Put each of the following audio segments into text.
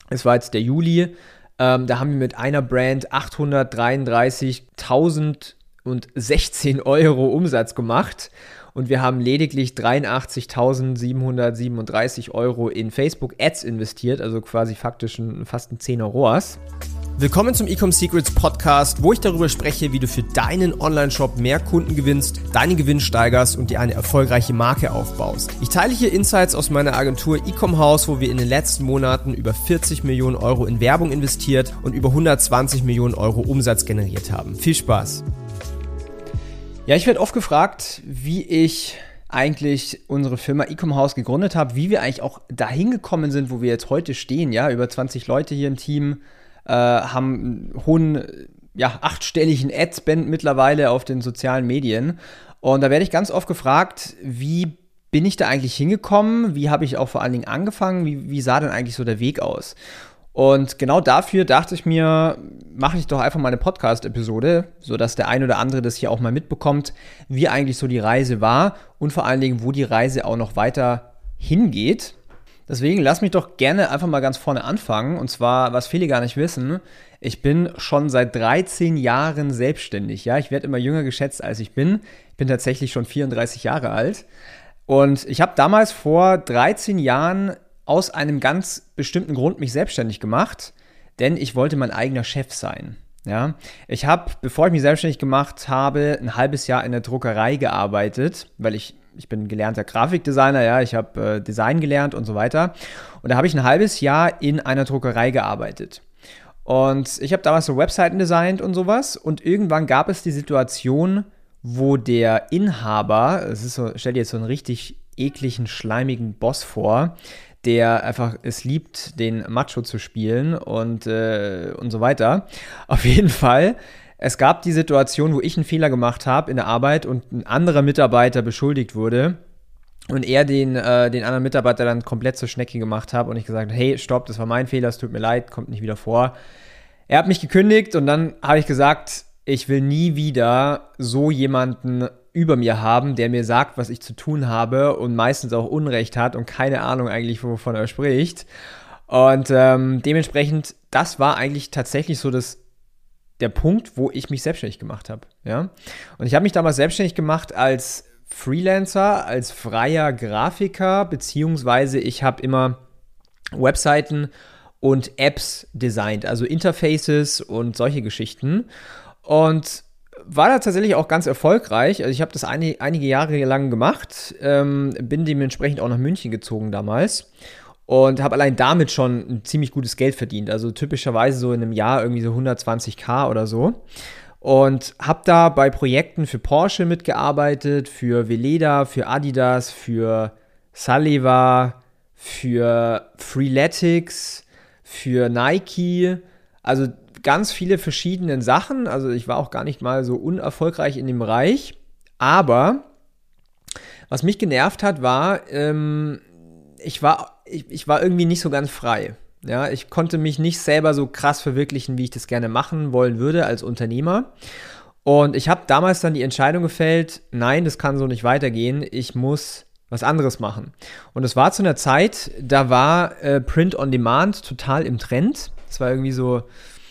Es war jetzt der Juli. Da haben wir mit einer Brand 833.016 Euro Umsatz gemacht. Und wir haben lediglich 83.737 Euro in Facebook Ads investiert, also quasi faktisch fast ein 10er ROAS. Willkommen zum Ecom Secrets Podcast, wo ich darüber spreche, wie du für deinen Online-Shop mehr Kunden gewinnst, deinen Gewinn steigerst und dir eine erfolgreiche Marke aufbaust. Ich teile hier Insights aus meiner Agentur Ecom House, wo wir in den letzten Monaten über 40 Millionen Euro in Werbung investiert und über 120 Millionen Euro Umsatz generiert haben. Viel Spaß! Ja, ich werde oft gefragt, wie ich eigentlich unsere Firma Ecom House gegründet habe, wie wir eigentlich auch dahin gekommen sind, wo wir jetzt heute stehen. Ja, über 20 Leute hier im Team, haben einen hohen, 8-stelligen Ad-Spend mittlerweile auf den sozialen Medien. Und da werde ich ganz oft gefragt, wie bin ich da eigentlich hingekommen? Wie habe ich auch vor allen Dingen angefangen? Wie sah denn eigentlich so der Weg aus? Und genau dafür dachte ich mir, mache ich doch einfach mal eine Podcast-Episode, sodass der ein oder andere das hier auch mal mitbekommt, wie eigentlich so die Reise war und vor allen Dingen, wo die Reise auch noch weiter hingeht. Deswegen lass mich doch gerne einfach mal ganz vorne anfangen. Und zwar, was viele gar nicht wissen, ich bin schon seit 13 Jahren selbstständig. Ja, ich werde immer jünger geschätzt, als ich bin. Ich bin tatsächlich schon 34 Jahre alt. Und ich habe damals vor 13 Jahren aus einem ganz bestimmten Grund mich selbstständig gemacht, denn ich wollte mein eigener Chef sein. Ja, ich habe, bevor ich mich selbstständig gemacht habe, ein halbes Jahr in der Druckerei gearbeitet, weil ich bin gelernter Grafikdesigner, ja, ich habe Design gelernt und so weiter. Und da habe ich ein halbes Jahr in einer Druckerei gearbeitet. Und ich habe damals so Webseiten designt und sowas. Und irgendwann gab es die Situation, wo der Inhaber, stell dir jetzt so einen richtig ekligen, schleimigen Boss vor, der einfach es liebt, den Macho zu spielen und so weiter. Auf jeden Fall, es gab die Situation, wo ich einen Fehler gemacht habe in der Arbeit und ein anderer Mitarbeiter beschuldigt wurde und er den anderen Mitarbeiter dann komplett zur Schnecke gemacht hat und ich gesagt habe, hey, stopp, das war mein Fehler, es tut mir leid, kommt nicht wieder vor. Er hat mich gekündigt und dann habe ich gesagt, ich will nie wieder so jemanden über mir haben, der mir sagt, was ich zu tun habe und meistens auch Unrecht hat und keine Ahnung eigentlich, wovon er spricht. Und dementsprechend, das war eigentlich tatsächlich so der Punkt, wo ich mich selbstständig gemacht habe. Ja? Und ich habe mich damals selbstständig gemacht als Freelancer, als freier Grafiker, beziehungsweise ich habe immer Webseiten und Apps designt, also Interfaces und solche Geschichten. Und war da tatsächlich auch ganz erfolgreich. Also ich habe das einige Jahre lang gemacht, bin dementsprechend auch nach München gezogen damals und habe allein damit schon ein ziemlich gutes Geld verdient. Also typischerweise so in einem Jahr irgendwie so 120.000 oder so. Und habe da bei Projekten für Porsche mitgearbeitet, für Veleda, für Adidas, für Saliva, für Freeletics, für Nike, also ganz viele verschiedene Sachen. Also ich war auch gar nicht mal so unerfolgreich in dem Bereich. Aber was mich genervt hat, war, ich war irgendwie nicht so ganz frei. Ja, ich konnte mich nicht selber so krass verwirklichen, wie ich das gerne machen wollen würde als Unternehmer. Und ich habe damals dann die Entscheidung gefällt, nein, das kann so nicht weitergehen. Ich muss was anderes machen. Und es war zu einer Zeit, da war Print on Demand total im Trend. Das war irgendwie so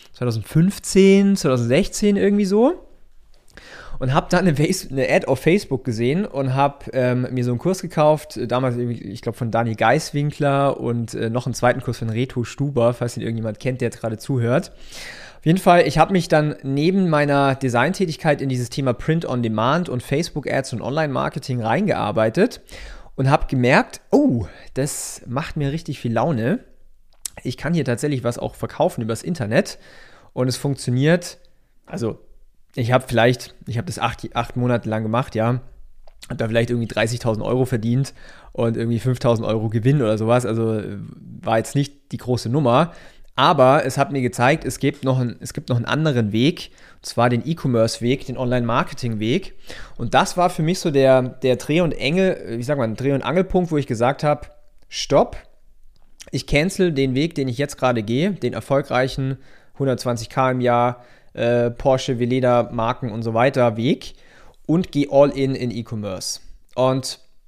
2015, 2016 irgendwie so. Und habe dann eine Ad auf Facebook gesehen und habe mir so einen Kurs gekauft, damals, ich glaube, von Dani Geiswinkler und noch einen zweiten Kurs von Reto Stuber, falls ihn irgendjemand kennt, der jetzt gerade zuhört. Auf jeden Fall, ich habe mich dann neben meiner Designtätigkeit in dieses Thema Print on Demand und Facebook-Ads und Online-Marketing reingearbeitet und habe gemerkt, oh, das macht mir richtig viel Laune. Ich kann hier tatsächlich was auch verkaufen übers Internet und es funktioniert. Also ich habe das 8 Monate lang gemacht, ja, habe da vielleicht irgendwie 30.000 Euro verdient und irgendwie 5.000 Euro Gewinn oder sowas. Also war jetzt nicht die große Nummer. Aber es hat mir gezeigt, es gibt noch einen anderen Weg, und zwar den E-Commerce-Weg, den Online-Marketing-Weg. Und das war für mich so der Dreh- und Angelpunkt, wo ich gesagt habe, stopp, ich cancel den Weg, den ich jetzt gerade gehe, den erfolgreichen 120.000 im Jahr, Porsche, Veleda, Marken und so weiter Weg und gehe all in E-Commerce. Und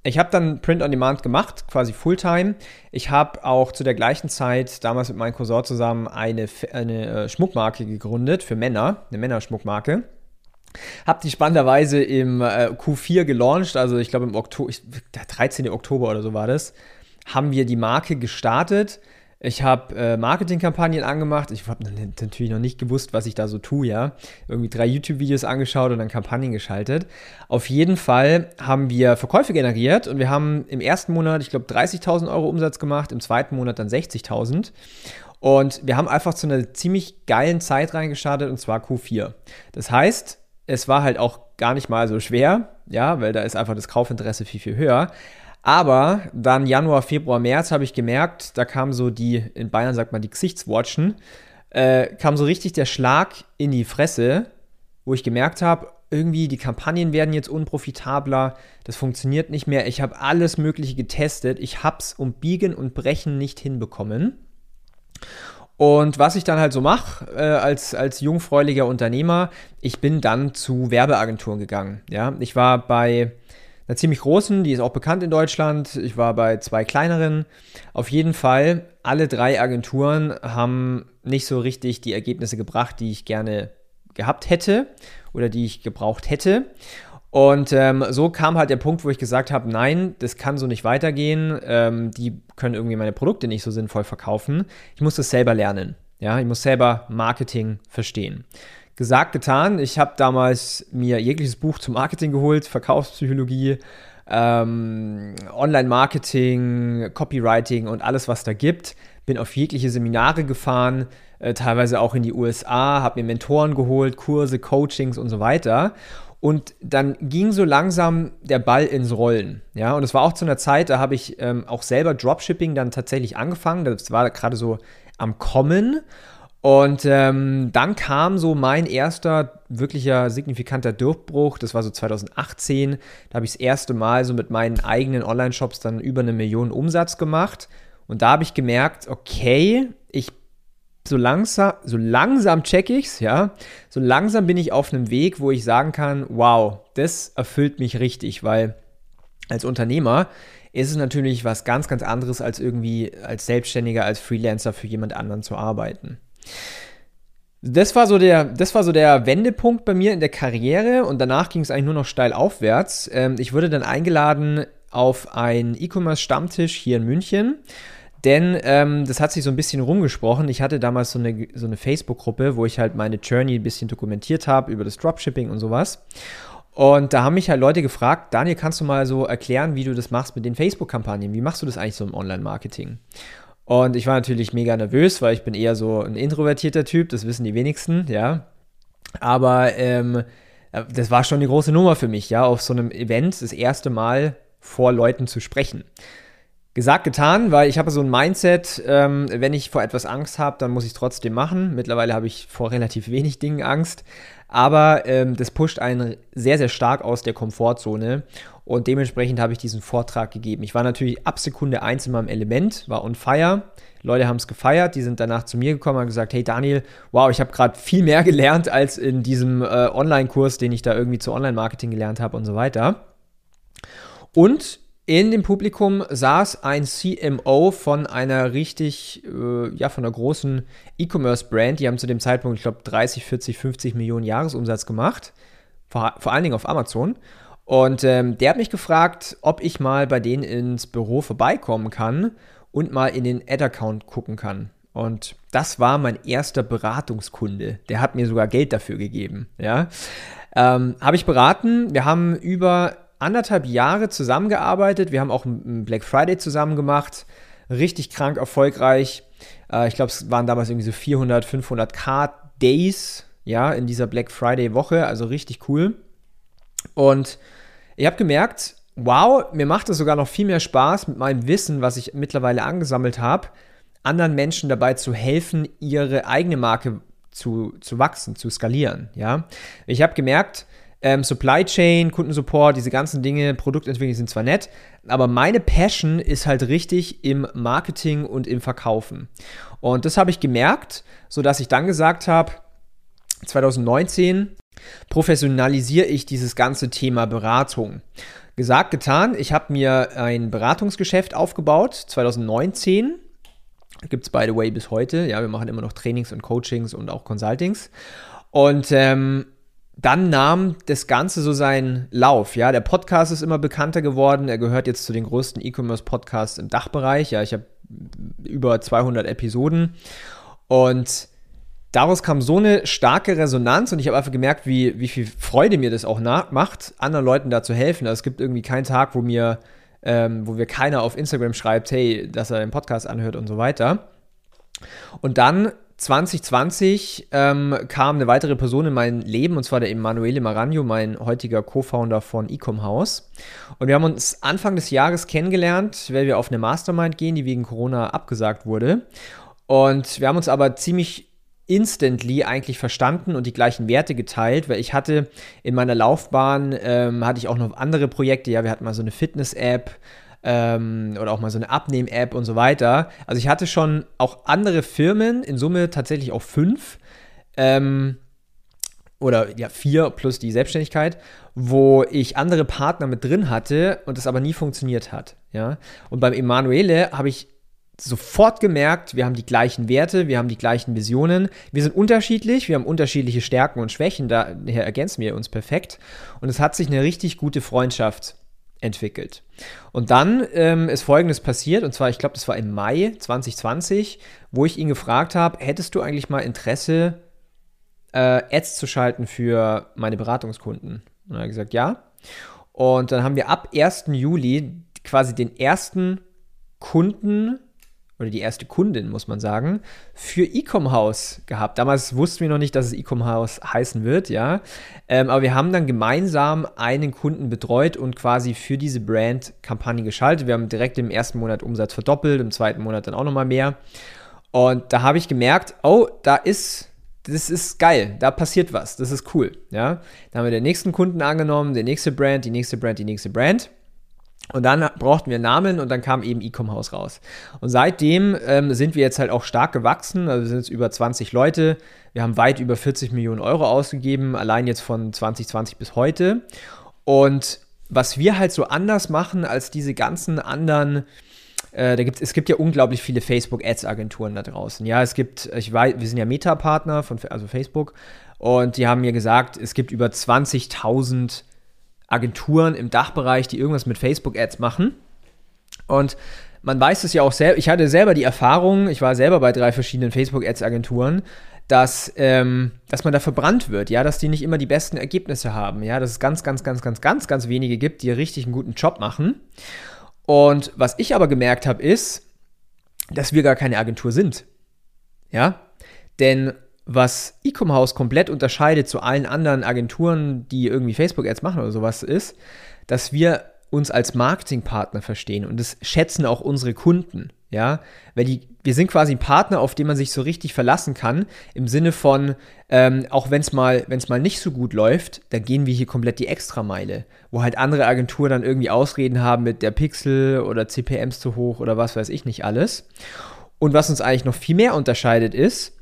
Ich habe dann Print on Demand gemacht, quasi Fulltime. Ich habe auch zu der gleichen Zeit damals mit meinem Cousin zusammen eine Schmuckmarke gegründet für Männer, eine Männerschmuckmarke. Habe die spannenderweise im Q4 gelauncht, also ich glaube im Oktober, der 13. Oktober oder so war das, haben wir die Marke gestartet. Ich habe Marketingkampagnen angemacht. Ich habe natürlich noch nicht gewusst, was ich da so tue, ja. Irgendwie 3 YouTube-Videos angeschaut und dann Kampagnen geschaltet. Auf jeden Fall haben wir Verkäufe generiert und wir haben im ersten Monat, ich glaube, 30.000 Euro Umsatz gemacht, im zweiten Monat dann 60.000. Und wir haben einfach zu einer ziemlich geilen Zeit reingestartet, und zwar Q4. Das heißt, es war halt auch gar nicht mal so schwer, ja, weil da ist einfach das Kaufinteresse viel, viel höher. Aber dann Januar, Februar, März habe ich gemerkt, da kam so in Bayern sagt man die Gesichtswatschen, kam so richtig der Schlag in die Fresse, wo ich gemerkt habe, irgendwie die Kampagnen werden jetzt unprofitabler, das funktioniert nicht mehr, ich habe alles Mögliche getestet, ich habe es um Biegen und Brechen nicht hinbekommen. Und was ich dann halt so mache, als jungfräulicher Unternehmer, ich bin dann zu Werbeagenturen gegangen. Ja? Ich war bei einer ziemlich großen, die ist auch bekannt in Deutschland. Ich war bei 2 kleineren. Auf jeden Fall, alle 3 Agenturen haben nicht so richtig die Ergebnisse gebracht, die ich gerne gehabt hätte oder die ich gebraucht hätte. Und so kam halt der Punkt, wo ich gesagt habe, nein, das kann so nicht weitergehen. Die können irgendwie meine Produkte nicht so sinnvoll verkaufen. Ich muss das selber lernen. Ja? Ich muss selber Marketing verstehen. Gesagt, getan. Ich habe damals mir jegliches Buch zum Marketing geholt, Verkaufspsychologie, Online-Marketing, Copywriting und alles, was da gibt. Bin auf jegliche Seminare gefahren, teilweise auch in die USA, habe mir Mentoren geholt, Kurse, Coachings und so weiter. Und dann ging so langsam der Ball ins Rollen. Ja? Und es war auch zu einer Zeit, da habe ich auch selber Dropshipping dann tatsächlich angefangen. Das war gerade so am Kommen. Und dann kam so mein erster wirklicher signifikanter Durchbruch, das war so 2018, da habe ich das erste Mal so mit meinen eigenen Online-Shops dann über 1 Million Umsatz gemacht und da habe ich gemerkt, okay, so langsam check ich's, ja, so langsam bin ich auf einem Weg, wo ich sagen kann, wow, das erfüllt mich richtig, weil als Unternehmer ist es natürlich was ganz, ganz anderes als irgendwie als Selbstständiger, als Freelancer für jemand anderen zu arbeiten. Das war so der Wendepunkt bei mir in der Karriere und danach ging es eigentlich nur noch steil aufwärts. Ich wurde dann eingeladen auf einen E-Commerce-Stammtisch hier in München, denn das hat sich so ein bisschen rumgesprochen. Ich hatte damals so eine Facebook-Gruppe, wo ich halt meine Journey ein bisschen dokumentiert habe über das Dropshipping und sowas. Und da haben mich halt Leute gefragt, Daniel, kannst du mal so erklären, wie du das machst mit den Facebook-Kampagnen? Wie machst du das eigentlich so im Online-Marketing? Und ich war natürlich mega nervös, weil ich bin eher so ein introvertierter Typ, das wissen die wenigsten, ja. Aber das war schon eine große Nummer für mich, ja, auf so einem Event das erste Mal vor Leuten zu sprechen. Gesagt, getan, weil ich habe so ein Mindset, wenn ich vor etwas Angst habe, dann muss ich es trotzdem machen. Mittlerweile habe ich vor relativ wenig Dingen Angst, aber das pusht einen sehr, sehr stark aus der Komfortzone und dementsprechend habe ich diesen Vortrag gegeben. Ich war natürlich ab Sekunde 1 in meinem Element, war on fire. Leute haben es gefeiert, die sind danach zu mir gekommen und haben gesagt, hey Daniel, wow, ich habe gerade viel mehr gelernt als in diesem Online-Kurs, den ich da irgendwie zu Online-Marketing gelernt habe und so weiter. Und in dem Publikum saß ein CMO von einer von einer großen E-Commerce-Brand. Die haben zu dem Zeitpunkt, ich glaube, 30, 40, 50 Millionen Jahresumsatz gemacht. Vor allen Dingen auf Amazon. Und der hat mich gefragt, ob ich mal bei denen ins Büro vorbeikommen kann und mal in den Ad-Account gucken kann. Und das war mein erster Beratungskunde. Der hat mir sogar Geld dafür gegeben. Ja? Habe ich beraten. Wir haben über 1,5 Jahre zusammengearbeitet. Wir haben auch einen Black Friday zusammen gemacht. Richtig krank erfolgreich. Ich glaube, es waren damals irgendwie so 400, 500k Days, ja, in dieser Black Friday Woche. Also richtig cool. Und ich habe gemerkt, wow, mir macht es sogar noch viel mehr Spaß mit meinem Wissen, was ich mittlerweile angesammelt habe, anderen Menschen dabei zu helfen, ihre eigene Marke zu wachsen, zu skalieren. Ja? Ich habe gemerkt, Supply Chain, Kundensupport, diese ganzen Dinge, Produktentwicklung sind zwar nett, aber meine Passion ist halt richtig im Marketing und im Verkaufen. Und das habe ich gemerkt, sodass ich dann gesagt habe, 2019, professionalisiere ich dieses ganze Thema Beratung. Gesagt, getan, ich habe mir ein Beratungsgeschäft aufgebaut, 2019, gibt es by the way bis heute, ja, wir machen immer noch Trainings und Coachings und auch Consultings und dann nahm das Ganze so seinen Lauf, ja, der Podcast ist immer bekannter geworden, er gehört jetzt zu den größten E-Commerce-Podcasts im Dachbereich, ja, ich habe über 200 Episoden und daraus kam so eine starke Resonanz und ich habe einfach gemerkt, wie viel Freude mir das auch macht, anderen Leuten da zu helfen. Also es gibt irgendwie keinen Tag, wo mir keiner auf Instagram schreibt, hey, dass er den Podcast anhört und so weiter. Und dann 2020 kam eine weitere Person in mein Leben, und zwar der Emanuele Maragno, mein heutiger Co-Founder von Ecom-Haus. Und wir haben uns Anfang des Jahres kennengelernt, weil wir auf eine Mastermind gehen, die wegen Corona abgesagt wurde. Und wir haben uns aber ziemlich instantly eigentlich verstanden und die gleichen Werte geteilt, weil ich hatte in meiner Laufbahn, hatte ich auch noch andere Projekte, ja, wir hatten mal so eine Fitness-App oder auch mal so eine Abnehm-App und so weiter. Also ich hatte schon auch andere Firmen, in Summe tatsächlich auch 5 oder ja 4 plus die Selbstständigkeit, wo ich andere Partner mit drin hatte und das aber nie funktioniert hat, ja. Und beim Emanuele habe ich sofort gemerkt, wir haben die gleichen Werte, wir haben die gleichen Visionen, wir sind unterschiedlich, wir haben unterschiedliche Stärken und Schwächen, daher ergänzen wir uns perfekt und es hat sich eine richtig gute Freundschaft entwickelt. Und dann ist Folgendes passiert, und zwar, ich glaube, das war im Mai 2020, wo ich ihn gefragt habe, hättest du eigentlich mal Interesse, Ads zu schalten für meine Beratungskunden? Und er hat gesagt, ja. Und dann haben wir ab 1. Juli quasi den ersten Kunden oder die erste Kundin, muss man sagen, für Ecom-Haus gehabt. Damals wussten wir noch nicht, dass es Ecom-Haus heißen wird, ja. Aber wir haben dann gemeinsam einen Kunden betreut und quasi für diese Brand Kampagne geschaltet. Wir haben direkt im ersten Monat Umsatz verdoppelt, im zweiten Monat dann auch nochmal mehr. Und da habe ich gemerkt, oh, das ist geil, da passiert was, das ist cool, ja. Da haben wir den nächsten Kunden angenommen, die nächste Brand, die nächste Brand, die nächste Brand. Und dann brauchten wir Namen und dann kam eben Ecom-Haus raus. Und seitdem sind wir jetzt halt auch stark gewachsen. Also wir sind jetzt über 20 Leute. Wir haben weit über 40 Millionen Euro ausgegeben, allein jetzt von 2020 bis heute. Und was wir halt so anders machen als diese ganzen anderen, es gibt ja unglaublich viele Facebook-Ads-Agenturen da draußen. Ja, wir sind ja Meta-Partner also Facebook. Und die haben mir gesagt, es gibt über 20.000 Agenturen im Dachbereich, die irgendwas mit Facebook-Ads machen. Und man weiß es ja auch selber, ich hatte selber die Erfahrung, ich war selber bei 3 verschiedenen Facebook-Ads-Agenturen, dass man da verbrannt wird, ja, dass die nicht immer die besten Ergebnisse haben, ja, dass es ganz wenige gibt, die richtig einen guten Job machen. Und was ich aber gemerkt habe, ist, dass wir gar keine Agentur sind, ja, denn was Ecom-Haus komplett unterscheidet zu allen anderen Agenturen, die irgendwie Facebook-Ads machen oder sowas, ist, dass wir uns als Marketingpartner verstehen und das schätzen auch unsere Kunden, ja, weil wir sind quasi ein Partner, auf den man sich so richtig verlassen kann, im Sinne von, auch wenn es mal nicht so gut läuft, dann gehen wir hier komplett die Extrameile, wo halt andere Agenturen dann irgendwie Ausreden haben mit der Pixel oder CPMs zu hoch oder was weiß ich nicht alles. Und was uns eigentlich noch viel mehr unterscheidet ist,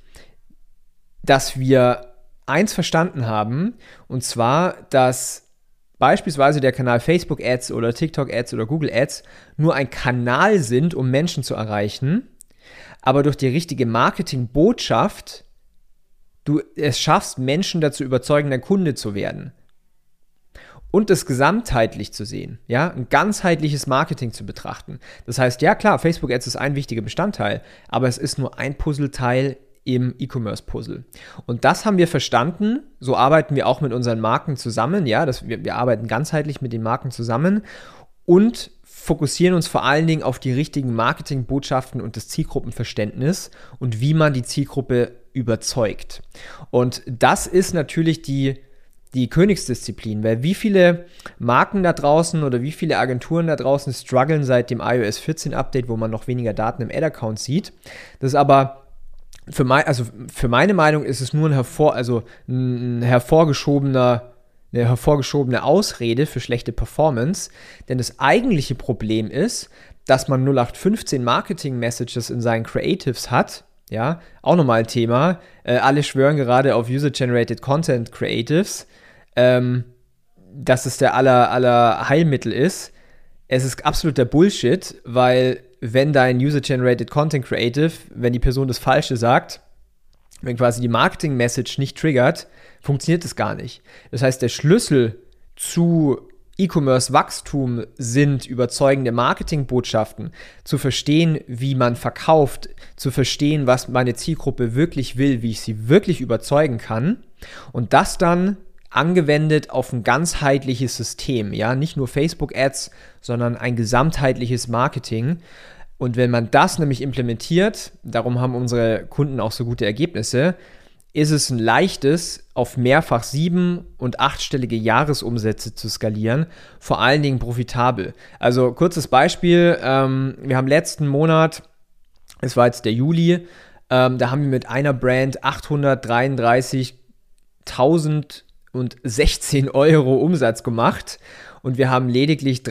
dass wir eins verstanden haben, und zwar, dass beispielsweise der Kanal Facebook Ads oder TikTok Ads oder Google Ads nur ein Kanal sind, um Menschen zu erreichen, aber durch die richtige Marketingbotschaft du es schaffst, Menschen dazu überzeugen, dein Kunde zu werden. Und das gesamtheitlich zu sehen, ja, ein ganzheitliches Marketing zu betrachten. Das heißt, ja klar, Facebook Ads ist ein wichtiger Bestandteil, aber es ist nur ein Puzzleteil im E-Commerce-Puzzle. Und das haben wir verstanden, so arbeiten wir auch mit unseren Marken zusammen, ja, wir arbeiten ganzheitlich mit den Marken zusammen und fokussieren uns vor allen Dingen auf die richtigen Marketingbotschaften und das Zielgruppenverständnis und wie man die Zielgruppe überzeugt. Und das ist natürlich die Königsdisziplin, weil wie viele Marken da draußen oder wie viele Agenturen da draußen strugglen seit dem iOS 14 Update, wo man noch weniger Daten im Ad-Account sieht. Das ist aber für meine Meinung ist es nur eine hervorgeschobene Ausrede für schlechte Performance, denn das eigentliche Problem ist, dass man 0815 Marketing-Messages in seinen Creatives hat, Ja, auch nochmal ein Thema. Alle schwören gerade auf User-Generated Content Creatives, dass es der aller Heilmittel ist. Es ist absoluter Bullshit, weil wenn dein User-Generated Content Creative, wenn die Person das Falsche sagt, wenn quasi die Marketing-Message nicht triggert, funktioniert das gar nicht. Das heißt, der Schlüssel zu E-Commerce-Wachstum sind überzeugende Marketingbotschaften, zu verstehen, wie man verkauft, zu verstehen, was meine Zielgruppe wirklich will, wie ich sie wirklich überzeugen kann und das dann angewendet auf ein ganzheitliches System, ja, nicht nur Facebook-Ads, sondern ein gesamtheitliches Marketing. Und wenn man das nämlich implementiert, darum haben unsere Kunden auch so gute Ergebnisse, ist es ein leichtes, auf mehrfach 7- und 8-stellige Jahresumsätze zu skalieren, vor allen Dingen profitabel. Also kurzes Beispiel, wir haben letzten Monat, es war jetzt der Juli, da haben wir mit einer Brand 833.016 Euro Umsatz gemacht und wir haben lediglich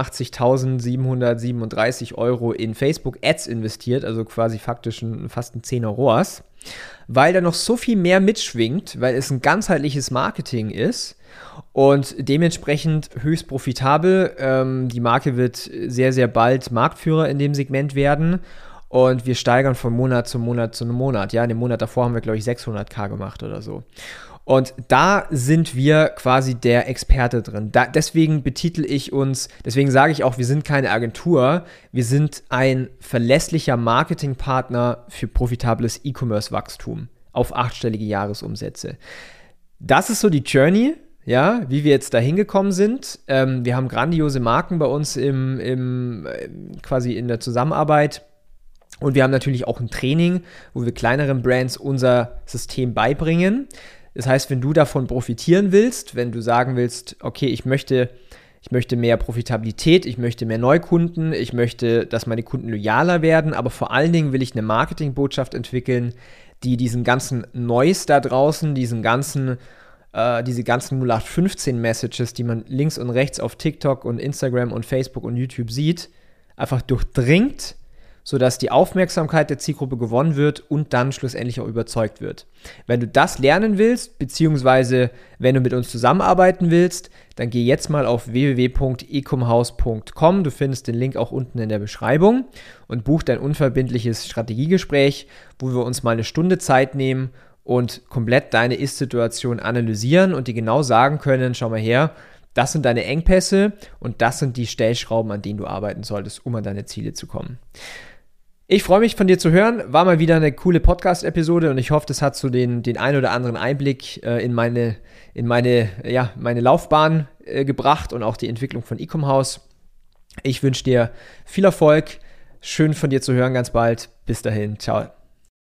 83.737 Euro in Facebook-Ads investiert, also quasi faktisch fast ein 10er ROAS, weil da noch so viel mehr mitschwingt, weil es ein ganzheitliches Marketing ist und dementsprechend höchst profitabel. Die Marke wird sehr, sehr bald Marktführer in dem Segment werden und wir steigern von Monat zu Monat. Ja, in dem Monat davor haben wir, glaube ich, 600.000 gemacht oder so. Und da sind wir quasi der Experte drin. Deswegen betitel ich uns, deswegen sage ich auch, wir sind keine Agentur, wir sind ein verlässlicher Marketingpartner für profitables E-Commerce-Wachstum auf 8-stellige Jahresumsätze. Das ist so die Journey, ja, wie wir jetzt da hingekommen sind. Wir haben grandiose Marken bei uns quasi in der Zusammenarbeit. Und wir haben natürlich auch ein Training, wo wir kleineren Brands unser System beibringen. Das heißt, wenn du davon profitieren willst, wenn du sagen willst, okay, ich möchte mehr Profitabilität, ich möchte mehr Neukunden, ich möchte, dass meine Kunden loyaler werden, aber vor allen Dingen will ich eine Marketingbotschaft entwickeln, die diesen ganzen Noise da draußen, diese ganzen 0815-Messages, die man links und rechts auf TikTok und Instagram und Facebook und YouTube sieht, einfach durchdringt, sodass die Aufmerksamkeit der Zielgruppe gewonnen wird und dann schlussendlich auch überzeugt wird. Wenn du das lernen willst, beziehungsweise wenn du mit uns zusammenarbeiten willst, dann geh jetzt mal auf www.ecomhouse.com. Du findest den Link auch unten in der Beschreibung und buch dein unverbindliches Strategiegespräch, wo wir uns mal eine Stunde Zeit nehmen und komplett deine Ist-Situation analysieren und dir genau sagen können, schau mal her, das sind deine Engpässe und das sind die Stellschrauben, an denen du arbeiten solltest, um an deine Ziele zu kommen. Ich freue mich, von dir zu hören. War mal wieder eine coole Podcast-Episode und ich hoffe, das hat so den ein oder anderen Einblick in meine Laufbahn gebracht und auch die Entwicklung von Ecomhouse. Ich wünsche dir viel Erfolg. Schön von dir zu hören ganz bald. Bis dahin. Ciao.